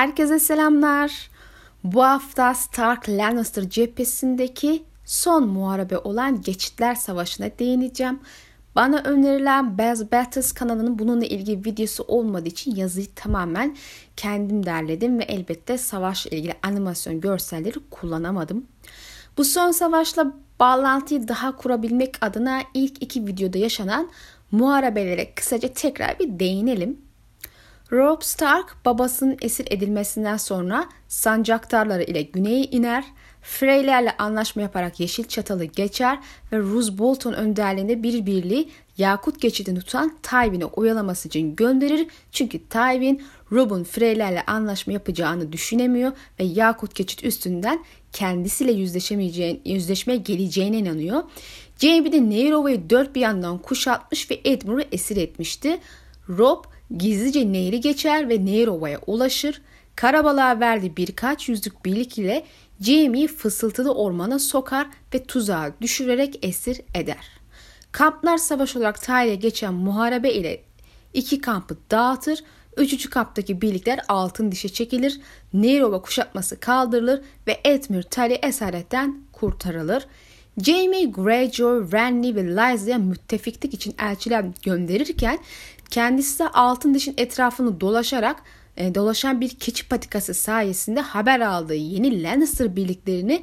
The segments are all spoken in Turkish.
Herkese selamlar. Bu hafta Stark Lannister cephesindeki son muharebe olan Geçitler Savaşı'na değineceğim. Bana önerilen Baz Battles kanalının bununla ilgili videosu olmadığı için yazıyı tamamen kendim derledim ve elbette savaşla ilgili animasyon görselleri kullanamadım. Bu son savaşla bağlantıyı daha kurabilmek adına ilk iki videoda yaşanan muharebelere kısaca tekrar bir değinelim. Robb Stark babasının esir edilmesinden sonra sancaktarları ile güneye iner, Freylerle anlaşma yaparak Yeşilçatal'ı geçer ve Roose Bolton önderliğinde bir birliği Yakut geçidini tutan Tywin'i oyalaması için gönderir. Çünkü Tywin Robb'un Freylerle anlaşma yapacağını düşünemiyor ve Yakut geçit üstünden kendisiyle yüzleşmeye geleceğine inanıyor. Jaime de Nehir Ova'yı dört bir yandan kuşatmış ve Edmure'u esir etmişti. Robb gizlice nehri geçer ve Nehir Ova'ya ulaşır. Karabalığa verdiği birkaç yüzlük birlik ile Jaime'yi fısıltılı ormana sokar ve tuzağa düşürerek esir eder. Kamplar savaş olarak tarihe geçen muharebe ile iki kampı dağıtır. Üçüncü kamptaki birlikler altın dişe çekilir. Nehir Ova kuşatması kaldırılır ve Edmure Tully esaretten kurtarılır. Jaime, Greyjoy, Renly ve Lysa'ya müttefiklik için elçiler gönderirken kendisi de altın dişin etrafını dolaşan bir keçi patikası sayesinde haber aldığı yeni Lannister birliklerini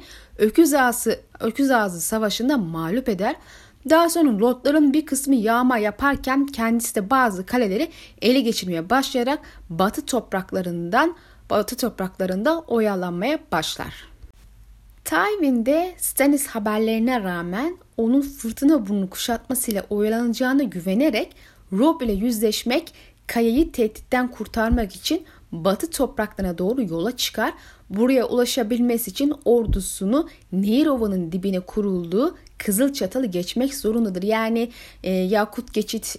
Öküz Ağzı Savaşı'nda mağlup eder. Daha sonra lordların bir kısmı yağma yaparken kendisi de bazı kaleleri ele geçirmeye başlayarak batı topraklarında oyalanmaya başlar. Tywin de Stannis haberlerine rağmen onun fırtına burnu kuşatmasıyla oyalanacağına güvenerek Robb ile yüzleşmek, Kaya'yı tehditten kurtarmak için batı topraklarına doğru yola çıkar. Buraya ulaşabilmesi için ordusunu Nehir Ova'nın dibine kurulduğu Kızılçatal'ı geçmek zorundadır. Yani Yakut Geçit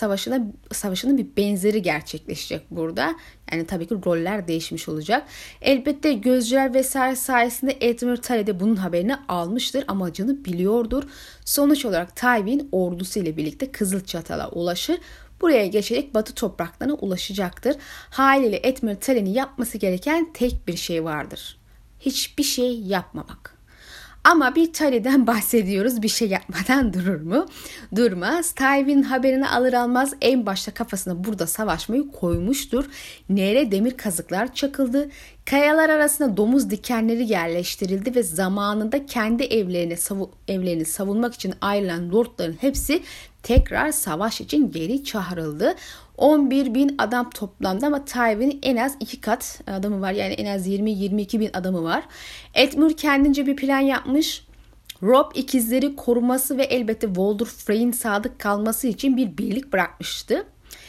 savaşının bir benzeri gerçekleşecek burada. Yani tabii ki roller değişmiş olacak. Elbette gözcüler vesaire sayesinde Edmure Tully de bunun haberini almıştır, amacını biliyordur. Sonuç olarak Tywin ordusu ile birlikte Kızılçatal'a ulaşır. Buraya geçerek batı topraklarına ulaşacaktır. Haliyle Edmure Tully'nin yapması gereken tek bir şey vardır. Hiçbir şey yapmamak. Ama bir Tully'den bahsediyoruz. Bir şey yapmadan durur mu? Durmaz. Tywin haberini alır almaz en başta kafasına burada savaşmayı koymuştur. Nehre demir kazıklar çakıldı. Kayalar arasına domuz dikenleri yerleştirildi ve zamanında kendi evlerini savunmak için ayrılan lordların hepsi tekrar savaş için geri çağrıldı. 11.000 adam toplamda ama Tywin'in en az 2 kat adamı var. Yani en az 20-22 bin adamı var. Edmure kendince bir plan yapmış. Robb ikizleri koruması ve elbette Walder Frey'in sadık kalması için bir birlik bırakmıştı.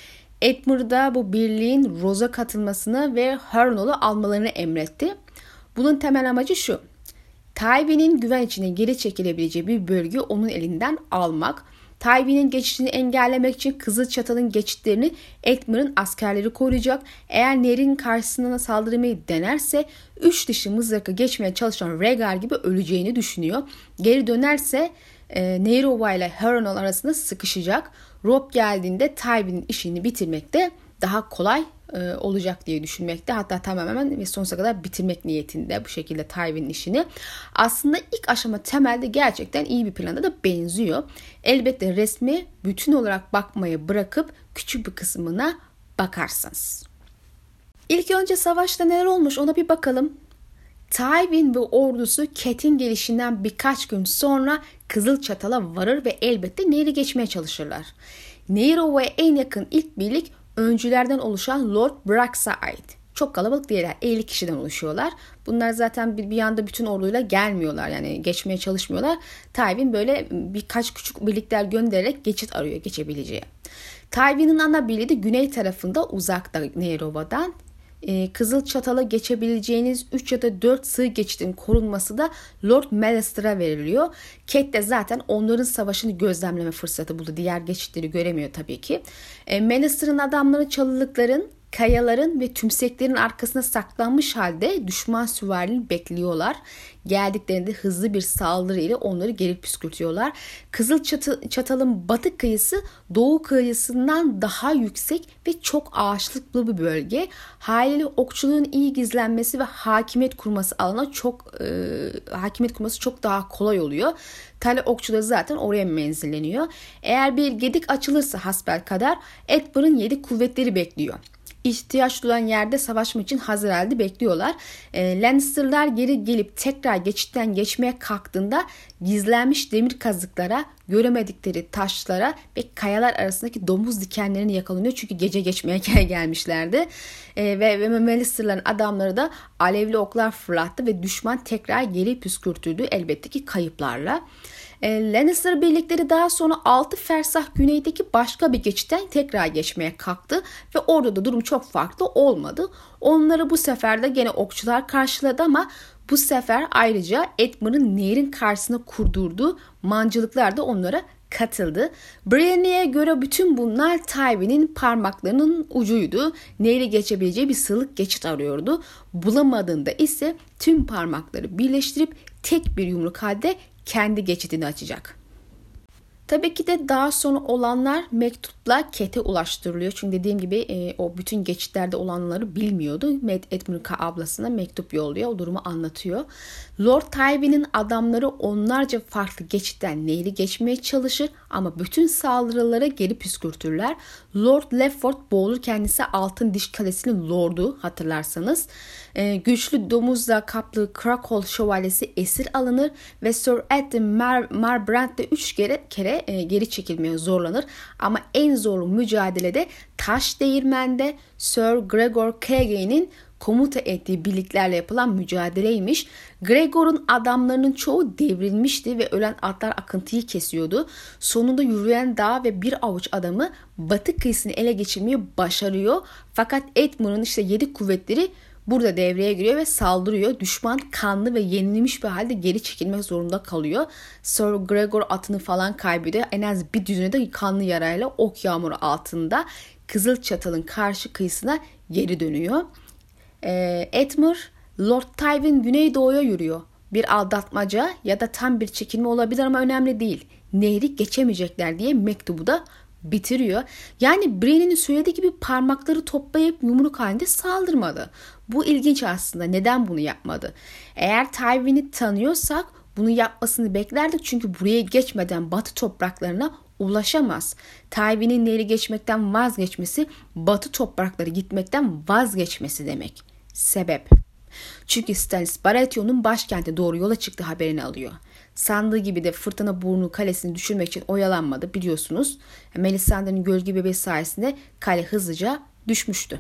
Edmure da bu birliğin Rose'a katılmasını ve Harrenhal'ı almalarını emretti. Bunun temel amacı şu: Tywin'in güven içine geri çekilebileceği bir bölgeyi onun elinden almak. Tywin'in geçişini engellemek için Kızılçatal'ın geçitlerini Edmure'un askerleri koruyacak. Eğer nehrin karşısına saldırmayı denerse 3 dişi mızraka geçmeye çalışan Rhaegar gibi öleceğini düşünüyor. Geri dönerse Nehir Ova ile Harrenhal arasında sıkışacak. Robb geldiğinde Tywin'in işini bitirmek de daha kolay olacak diye düşünmekte. Hatta tamamen ve sonsuza kadar bitirmek niyetinde bu şekilde Tywin'in işini. Aslında ilk aşama temelde gerçekten iyi bir plana da benziyor. Elbette resmi bütün olarak bakmayı bırakıp küçük bir kısmına bakarsanız. İlk önce savaşta neler olmuş ona bir bakalım. Tywin ve ordusu Cat'in gelişinden birkaç gün sonra Kızılçatal'a varır ve elbette nehri geçmeye çalışırlar. Nehir Ova'ya en yakın ilk birlik öncülerden oluşan Lord Brax'a ait. Çok kalabalık değiller. 50 kişiden oluşuyorlar. Bunlar zaten bir anda bütün orduyla gelmiyorlar. Yani geçmeye çalışmıyorlar. Tywin böyle birkaç küçük birlikler göndererek geçit arıyor geçebileceği. Tywin'in ana birliği de güney tarafında uzakta Nehir Ova'dan. Kızılçatal'a geçebileceğiniz 3 ya da 4 sığ geçidin korunması da Lord Mallister'a veriliyor. Cate de zaten onların savaşını gözlemleme fırsatı buldu. Diğer geçitleri göremiyor tabii ki. Mallister'ın adamları Çalılıkların Kayaların ve tümseklerin arkasına saklanmış halde düşman süvarini bekliyorlar. Geldiklerinde hızlı bir saldırı ile onları geri püskürtüyorlar. Çatal'ın batı kıyısı doğu kıyısından daha yüksek ve çok ağaçlıklı bir bölge. Haliyle okçuluğun iyi gizlenmesi ve hakimiyet kurması çok daha kolay oluyor. Tale okçuları zaten oraya menzilleniyor. Eğer bir gedik açılırsa hasbelkader Edmund'un 7 kuvvetleri bekliyor. İhtiyaç duyulan yerde savaşmak için hazır halde bekliyorlar. Lannister'lar geri gelip tekrar geçitten geçmeye kalktığında gizlenmiş demir kazıklara, göremedikleri taşlara ve kayalar arasındaki domuz dikenlerini yakalanıyor. Çünkü gece geçmeye gelmişlerdi. Ve Lannister'ların adamları da alevli oklar fırlattı ve düşman tekrar geri püskürtüldü, elbette ki kayıplarla. Lannister birlikleri daha sonra 6 fersah güneydeki başka bir geçitten tekrar geçmeye kalktı ve orada da durum çok farklı olmadı. Onları bu sefer de gene okçular karşıladı ama bu sefer ayrıca Edmund'un nehrin karşısına kurdurduğu mancılıklar da onlara katıldı. Brienne'ye göre bütün bunlar Tywin'in parmaklarının ucuydu. Nehri geçebileceği bir sığlık geçit arıyordu. Bulamadığında ise tüm parmakları birleştirip tek bir yumruk halde kendi geçidini açacak. Tabii ki de daha sonra olanlar mektupla Catel'e ulaştırılıyor. Çünkü dediğim gibi o bütün geçitlerde olanları bilmiyordu. Edmund ablasına mektup yolluyor. O durumu anlatıyor. Lord Tywin'in adamları onlarca farklı geçitten nehri geçmeye çalışır ama bütün saldırılara geri püskürtürler. Lord Lefford boğulur, kendisi Altın Diş Kalesi'nin lordu hatırlarsanız. Güçlü domuzla kaplı Krakol şövalyesi esir alınır ve Sir Edmund Marbrand de 3 kere geri çekilmeye zorlanır. Ama en zorlu mücadelede Taş Değirmen'de Sir Gregor Clegane'in komuta ettiği birliklerle yapılan mücadeleymiş. Gregor'un adamlarının çoğu devrilmişti ve ölen atlar akıntıyı kesiyordu. Sonunda yürüyen dağ ve bir avuç adamı batı kıyısını ele geçirmeyi başarıyor. Fakat Edmund'un 7 kuvvetleri burada devreye giriyor ve saldırıyor. Düşman kanlı ve yenilmiş bir halde geri çekilmek zorunda kalıyor. Sir Gregor atını falan kaybediyor. En az bir düzine de kanlı yarayla ok yağmuru altında Kızılçatal'ın karşı kıyısına geri dönüyor. Edmund, Lord Tywin güneydoğuya yürüyor. Bir aldatmaca ya da tam bir çekilme olabilir ama önemli değil. Nehri geçemeyecekler diye mektubu da bitiriyor. Yani Brienne'nin söylediği gibi parmakları toplayıp yumruk halinde saldırmadı. Bu ilginç aslında. Neden bunu yapmadı? Eğer Tywin'i tanıyorsak bunu yapmasını beklerdik. Çünkü buraya geçmeden batı topraklarına ulaşamaz. Tywin'in nehri geçmekten vazgeçmesi batı toprakları gitmekten vazgeçmesi demek. Sebep. Çünkü Stannis Baratheon'un başkente doğru yola çıktığı haberini alıyor. Sandığı gibi de Fırtına Burnu kalesini düşürmek için oyalanmadı biliyorsunuz. Melisandre'nin gölge bebeği sayesinde kale hızlıca düşmüştü.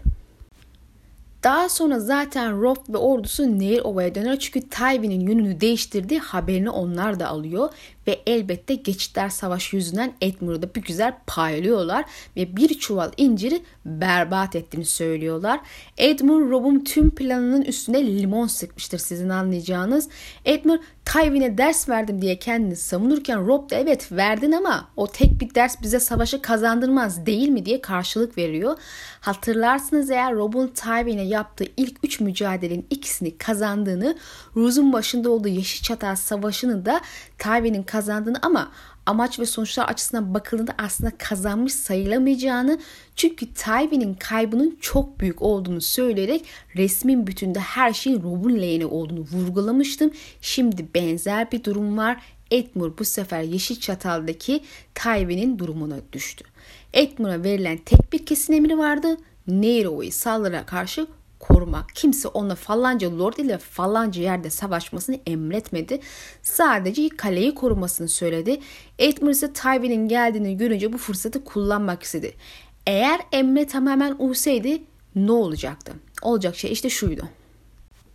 Daha sonra zaten Robb ve ordusu Nehir Ova'ya döner çünkü Tywin'in yönünü değiştirdiği haberini onlar da alıyor ve elbette geçitler savaşı yüzünden Edmund'u da bir güzel paylıyorlar ve bir çuval inciri berbat ettiğini söylüyorlar. Edmund Robb'un tüm planının üstüne limon sıkmıştır sizin anlayacağınız. Edmund Tywin'e ders verdim diye kendini savunurken Robb da evet verdin ama o tek bir ders bize savaşı kazandırmaz değil mi diye karşılık veriyor. Hatırlarsınız eğer Robb'un Tywin'e yaptığı ilk 3 mücadelenin ikisini kazandığını, Rooz'un başında olduğu Yeşilçatal Savaşı'nı da Tywin'in kazandığını ama amaç ve sonuçlar açısından bakıldığında aslında kazanmış sayılamayacağını, çünkü Tywin'in kaybının çok büyük olduğunu söyleyerek resmin bütünde her şeyin Robb'un lehine olduğunu vurgulamıştım. Şimdi benzer bir durum var. Edmund bu sefer Yeşilçatal'daki Tywin'in durumuna düştü. Edmund'a verilen tek bir kesin emri vardı. Nehir Ova'yı saldırıya karşı korumak. Kimse ona falanca lord ile falanca yerde savaşmasını emretmedi. Sadece kaleyi korumasını söyledi. Edmund ise Tywin'in geldiğini görünce bu fırsatı kullanmak istedi. Eğer emre tamamen uysaydı ne olacaktı? Olacak şey işte şuydu.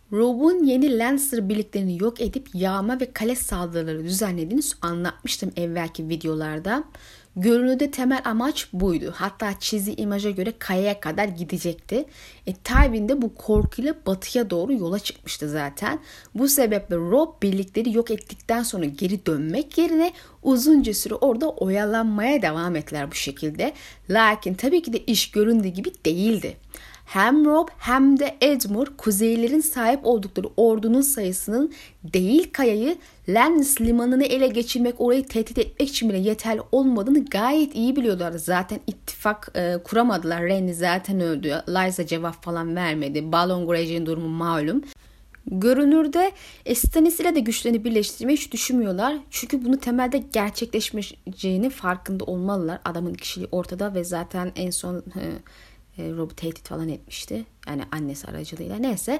Robb'un yeni Lannister birliklerini yok edip yağma ve kale saldırıları düzenlediğini anlatmıştım evvelki videolarda. Görünürde temel amaç buydu. Hatta çizgi imaja göre kayaya kadar gidecekti. Tywin de bu korkuyla batıya doğru yola çıkmıştı zaten. Bu sebeple Robb birlikleri yok ettikten sonra geri dönmek yerine uzunca süre orada oyalanmaya devam ettiler bu şekilde. Lakin tabii ki de iş göründüğü gibi değildi. Hem Robb hem de Edmure kuzeylerin sahip oldukları ordunun sayısının değil kayayı Lannis limanını ele geçirmek, orayı tehdit etmek için bile yeterli olmadığını gayet iyi biliyorlar. Zaten ittifak kuramadılar. Renly zaten öldü. Lysa cevap falan vermedi. Balon Greyjoy'un durumu malum. Görünürde Stannis ile de güçlerini birleştirmeyi hiç düşünmüyorlar. Çünkü bunu temelde gerçekleşmeyeceğini farkında olmalılar. Adamın kişiliği ortada ve zaten en son Robb'u tehdit falan etmişti. Yani annesi aracılığıyla. Neyse.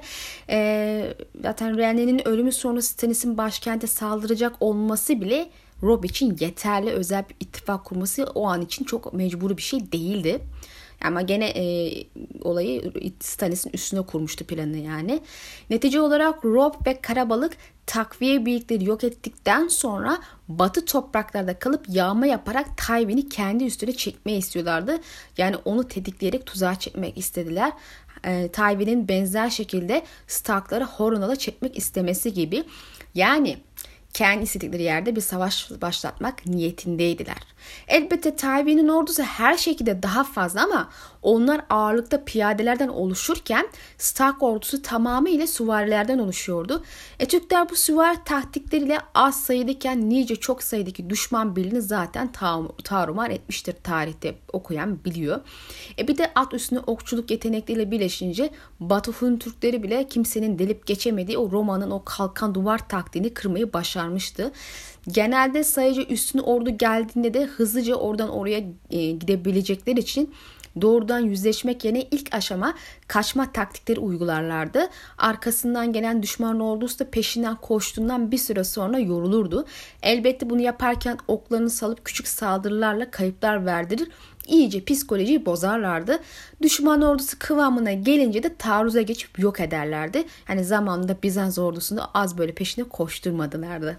Zaten Renly'nin ölümü sonrası Stannis'in başkente saldıracak olması bile Robb için yeterli, özel bir ittifak kurması o an için çok mecburi bir şey değildi. Ama gene olayı Stannis'in üstüne kurmuştu planı yani. Netice olarak Robb ve Karabalık takviye birlikleri yok ettikten sonra batı topraklarda kalıp yağma yaparak Tywin'i kendi üstüne çekmeyi istiyorlardı. Yani onu tetikleyerek tuzağa çekmek istediler. Tywin'in benzer şekilde Stark'ları Horn'ala çekmek istemesi gibi. Yani kendi istedikleri yerde bir savaş başlatmak niyetindeydiler. Elbette Tywin'in ordusu her şekilde daha fazla ama onlar ağırlıkta piyadelerden oluşurken Stark ordusu tamamıyla süvarilerden oluşuyordu. Türkler bu süvari taktikleriyle az sayıdayken nice çok sayıdaki düşman birliğini zaten tarumar etmiştir, tarihte okuyan biliyor. Bir de at üstüne okçuluk yetenekleriyle birleşince Batı Hun Türkleri bile kimsenin delip geçemediği o Roma'nın o kalkan duvar taktiğini kırmayı başarmıştı. Genelde sayıca üstün ordu geldiğinde de hızlıca oradan oraya gidebilecekleri için doğrudan yüzleşmek yerine ilk aşama kaçma taktikleri uygularlardı. Arkasından gelen düşman ordusu da peşinden koştuğundan bir süre sonra yorulurdu. Elbette bunu yaparken oklarını salıp küçük saldırılarla kayıplar verdirir. İyice psikolojiyi bozarlardı. Düşman ordusu kıvamına gelince de taarruza geçip yok ederlerdi. Yani zamanında Bizans ordusunda az böyle peşine koşturmadılardı.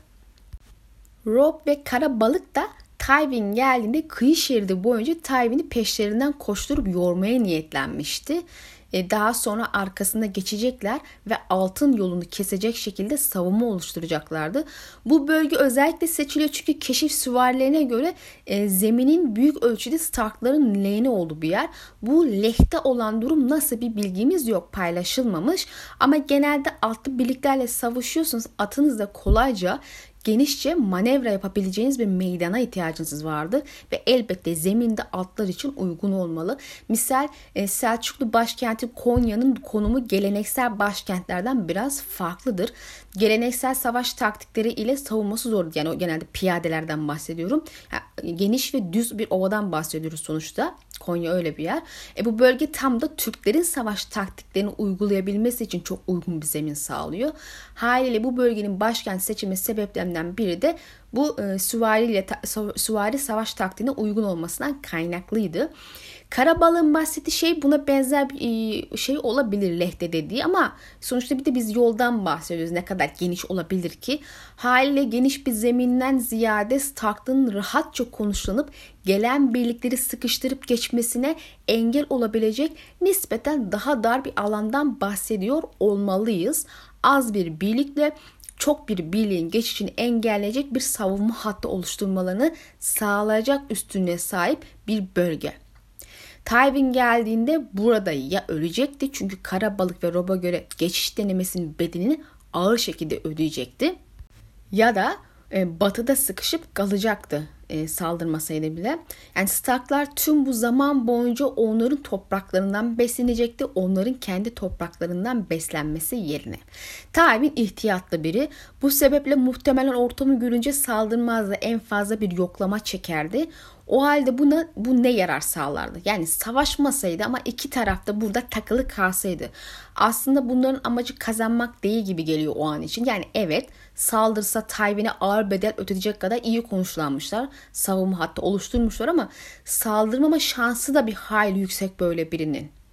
Robb ve Karabalık da Tywin geldiğinde kıyı şeridi boyunca Tywin'i peşlerinden koşturup yormaya niyetlenmişti. Daha sonra arkasına geçecekler ve altın yolunu kesecek şekilde savunma oluşturacaklardı. Bu bölge özellikle seçiliyor çünkü keşif süvarilerine göre zeminin büyük ölçüde Stark'ların lehine olduğu bir yer. Bu lehte olan durum nasıl bir bilgimiz yok, paylaşılmamış. Ama genelde atlı birliklerle savaşıyorsunuz, atınızla kolayca genişçe manevra yapabileceğiniz bir meydana ihtiyacınız vardı ve elbette zeminde atlar için uygun olmalı. Misal Selçuklu başkenti Konya'nın konumu geleneksel başkentlerden biraz farklıdır. Geleneksel savaş taktikleri ile savunması zor. Yani genelde piyadelerden bahsediyorum. Yani geniş ve düz bir ovadan bahsediyoruz sonuçta. Konya öyle bir yer. Bu bölge tam da Türklerin savaş taktiklerini uygulayabilmesi için çok uygun bir zemin sağlıyor. Haliyle bu bölgenin başkent seçimi sebeplerinden biri de bu süvari savaş taktiğine uygun olmasından kaynaklıydı. Karabalığın bahsettiği şey buna benzer bir şey olabilir lehte dediği ama sonuçta bir de biz yoldan bahsediyoruz. Ne kadar geniş olabilir ki? Haliyle geniş bir zeminden ziyade Stark'ın rahatça konuşlanıp gelen birlikleri sıkıştırıp geçmesine engel olabilecek nispeten daha dar bir alandan bahsediyor olmalıyız. Az bir birlikle çok bir birliğin geçişini engelleyecek bir savunma hattı oluşturmalarını sağlayacak üstünlüğe sahip bir bölge. Tywin geldiğinde burada ya ölecekti çünkü Karabalık ve Robb'a göre geçiş denemesinin bedelini ağır şekilde ödeyecekti. Ya da batıda sıkışıp kalacaktı saldırmasaydı bile. Yani Starklar tüm bu zaman boyunca onların topraklarından beslenecekti. Onların kendi topraklarından beslenmesi yerine. Tywin ihtiyatlı biri. Bu sebeple muhtemelen ortamı görünce saldırmazdı. En fazla bir yoklama çekerdi. O halde bu ne yarar sağlardı? Yani savaşmasaydı ama iki tarafta burada takılı kalsaydı. Aslında bunların amacı kazanmak değil gibi geliyor o an için. Yani evet saldırsa Tywin'e ağır bedel ödeyecek kadar iyi konuşlanmışlar. Savunma hattı oluşturmuşlar ama saldırmama şansı da bir hayli yüksek böyle birinin.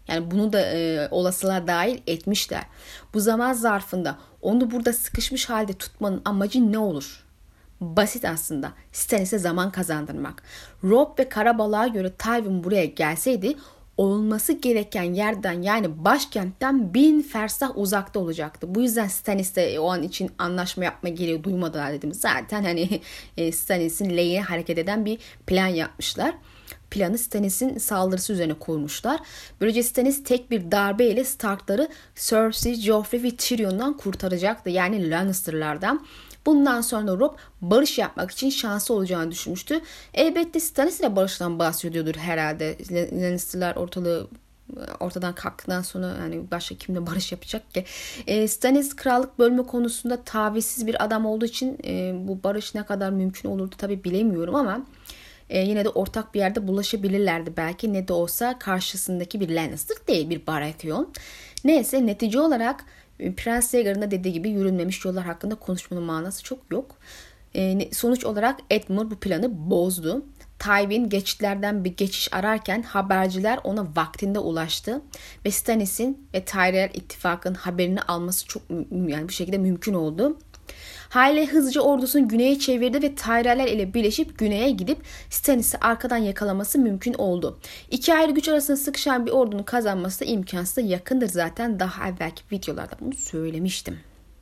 Yani bunu da olasılığa dahil etmişler. Bu zaman zarfında onu burada sıkışmış halde tutmanın amacı ne olur? Basit aslında. Stannis'e zaman kazandırmak. Robb ve Karabalık'a göre Tywin buraya gelseydi olması gereken yerden, yani başkentten 1000 fersah uzakta olacaktı. Bu yüzden Stannis'le o an için anlaşma yapma gereği duymadılar dedim. Zaten hani Stannis'in lehine hareket eden bir plan yapmışlar. Planı Stannis'in saldırısı üzerine kurmuşlar. Böylece Stannis tek bir darbeyle Stark'ları Cersei, Joffrey ve Tyrion'dan kurtaracaktı. Yani Lannister'lardan. Bundan sonra Robb barış yapmak için şansı olacağını düşünmüştü. Elbette Stannis ile barıştan bahsediyordur herhalde. Lannister'lar ortadan kalktıktan sonra yani başka kimle barış yapacak ki? Stannis krallık bölme konusunda tavizsiz bir adam olduğu için bu barış ne kadar mümkün olurdu tabii bilemiyorum ama yine de ortak bir yerde bulaşabilirlerdi belki. Ne de olsa karşısındaki bir Lannister değil, bir Baratheon. Neyse, netice olarak Prens Rhaegar'ın da dediği gibi yürünmemiş yollar hakkında konuşmanın manası çok yok. Sonuç olarak Edmure bu planı bozdu. Tywin geçitlerden bir geçiş ararken haberciler ona vaktinde ulaştı ve Stannis'in ve Tyrell ittifakının haberini alması çok yani bu şekilde mümkün oldu. Hayle hızlıca ordusunu güneye çevirdi ve Tyrell'ler ile birleşip güneye gidip Stannis'i arkadan yakalaması mümkün oldu. İki ayrı güç arasında sıkışan bir ordunun kazanması da imkansıza yakındır zaten. Daha evvelki videolarda bunu söylemiştim.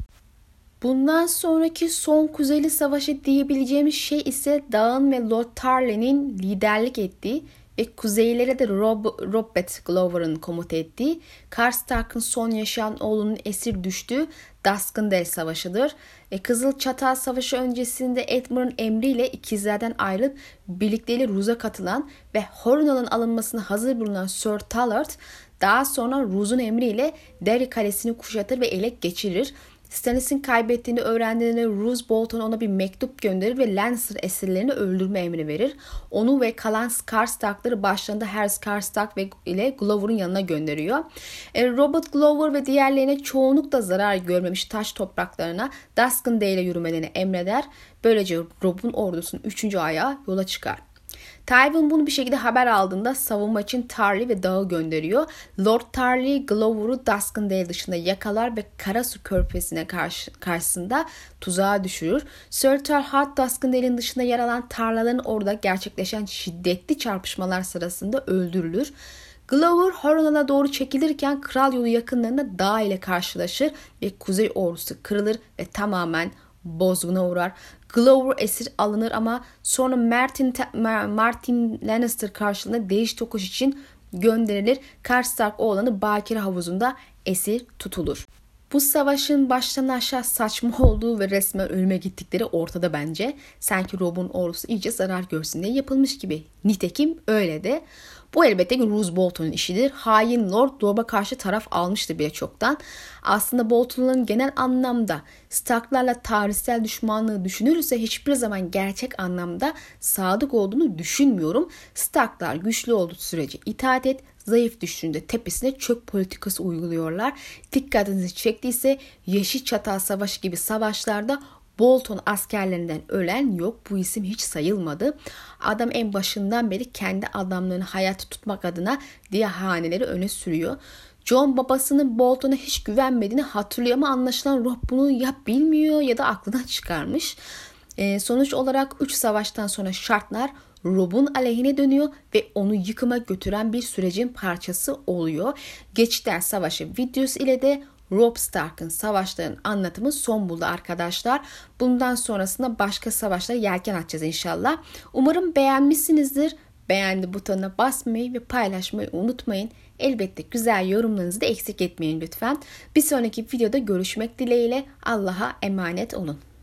Bundan sonraki son Kuzeyli Savaşı diyebileceğimiz şey ise Daeon ve Lord Tarley'nin liderlik ettiği ve kuzeylere de Robert Glover'ın komuta ettiği, Karstark'ın son yaşayan oğlunun esir düştüğü Duskendale Savaşı'dır. Kızıl Çatal Savaşı öncesinde Edmure'un emriyle ikizlerden ayrılıp birlikleriyle Roos'a katılan ve Hornell'ın alınmasına hazır bulunan Sir Tallard daha sonra Roos'un emriyle Derry Kalesi'ni kuşatır ve ele geçirir. Stannis'in kaybettiğini öğrendiğinde Roose Bolton ona bir mektup gönderir ve Lannister esirlerini öldürme emri verir. Onu ve kalan Karstark'ları başlarında Harys Karstark ile Glover'ın yanına gönderiyor. Robert Glover ve diğerlerine çoğunlukla zarar görmemiş taş topraklarına Duskendale'e yürümelerini emreder. Böylece Robb'un ordusunun 3. ayağı yola çıkar. Tywin bunu bir şekilde haber aldığında savunma için Tarly ve Dağı gönderiyor. Lord Tarly Glover'u Duskendale dışında yakalar ve Karasu Körfezi'ne karşısında tuzağa düşürür. Sir Tarhart Duskendale'in dışında yer alan tarlaların orada gerçekleşen şiddetli çarpışmalar sırasında öldürülür. Glover Hornell'a doğru çekilirken kral yolu yakınlarında dağ ile karşılaşır ve kuzey ordusu kırılır ve tamamen bozguna uğrar. Glover esir alınır ama sonra Martin Lannister karşılığında değiş tokuş için gönderilir. Karstark oğlanı Bakire Havuzu'nda esir tutulur. Bu savaşın baştan aşağı saçma olduğu ve resmen ölüme gittikleri ortada bence. Sanki Robb'un ordusu iyice zarar görsün diye yapılmış gibi. Nitekim öyle de. Bu elbette ki Roose Bolton'un işidir. Hain Lord Robb'a karşı taraf almıştı bile çoktan. Aslında Bolton'un genel anlamda Stark'larla tarihsel düşmanlığı düşünülürse hiçbir zaman gerçek anlamda sadık olduğunu düşünmüyorum. Stark'lar güçlü olduğu sürece itaat et, zayıf düştüğünde tepesine çök politikası uyguluyorlar. Dikkatinizi çektiyse Yeşil Çatal Savaşı gibi savaşlarda Bolton askerlerinden ölen yok. Bu isim hiç sayılmadı. Adam en başından beri kendi adamlarını hayatta tutmak adına diğer haneleri öne sürüyor. Jon babasının Bolton'a hiç güvenmediğini hatırlıyor ama anlaşılan Robb bunu ya bilmiyor ya da aklından çıkarmış. Sonuç olarak 3 savaştan sonra şartlar Robb'un aleyhine dönüyor ve onu yıkıma götüren bir sürecin parçası oluyor. Geçitler Savaşı videosu ile de Robb Stark'ın savaşlarının anlatımı son buldu arkadaşlar. Bundan sonrasında başka savaşlara yelken açacağız inşallah. Umarım beğenmişsinizdir. Beğendi butonuna basmayı ve paylaşmayı unutmayın. Elbette güzel yorumlarınızı da eksik etmeyin lütfen. Bir sonraki videoda görüşmek dileğiyle. Allah'a emanet olun.